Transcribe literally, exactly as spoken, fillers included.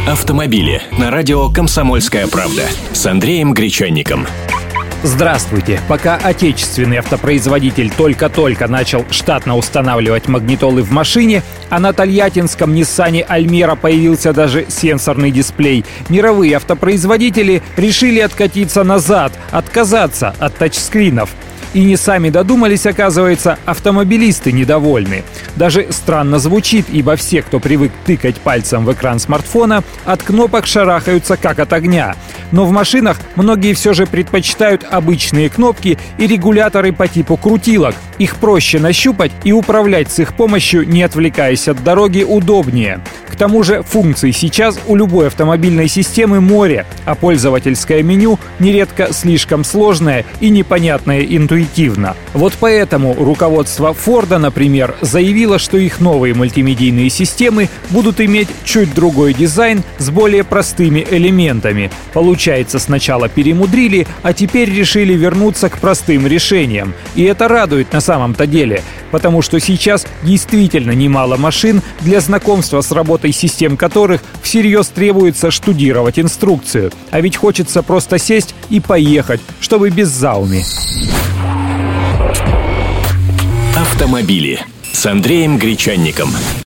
Автомобили на радио «Комсомольская правда» с Андреем Гречанником. Здравствуйте! Пока отечественный автопроизводитель только-только начал штатно устанавливать магнитолы в машине, а на тольяттинском Ниссане Альмера появился даже сенсорный дисплей, мировые автопроизводители решили откатиться назад, отказаться от тачскринов. И не сами додумались, оказывается, автомобилисты недовольны. Даже странно звучит, ибо все, кто привык тыкать пальцем в экран смартфона, от кнопок шарахаются как от огня. Но в машинах многие все же предпочитают обычные кнопки и регуляторы по типу крутилок. Их проще нащупать и управлять с их помощью, не отвлекаясь от дороги, удобнее. К тому же функций сейчас у любой автомобильной системы море, а пользовательское меню нередко слишком сложное и непонятное интуитивно. Вот поэтому руководство Форда, например, заявило, что их новые мультимедийные системы будут иметь чуть другой дизайн с более простыми элементами. Получается, сначала перемудрили, а теперь решили вернуться к простым решениям. И это радует на самом-то деле, потому что сейчас действительно немало машин, для знакомства с работой систем которых всерьез требуется штудировать инструкцию. А ведь хочется просто сесть и поехать, чтобы без зауми. Автомобили с Андреем Гречанником.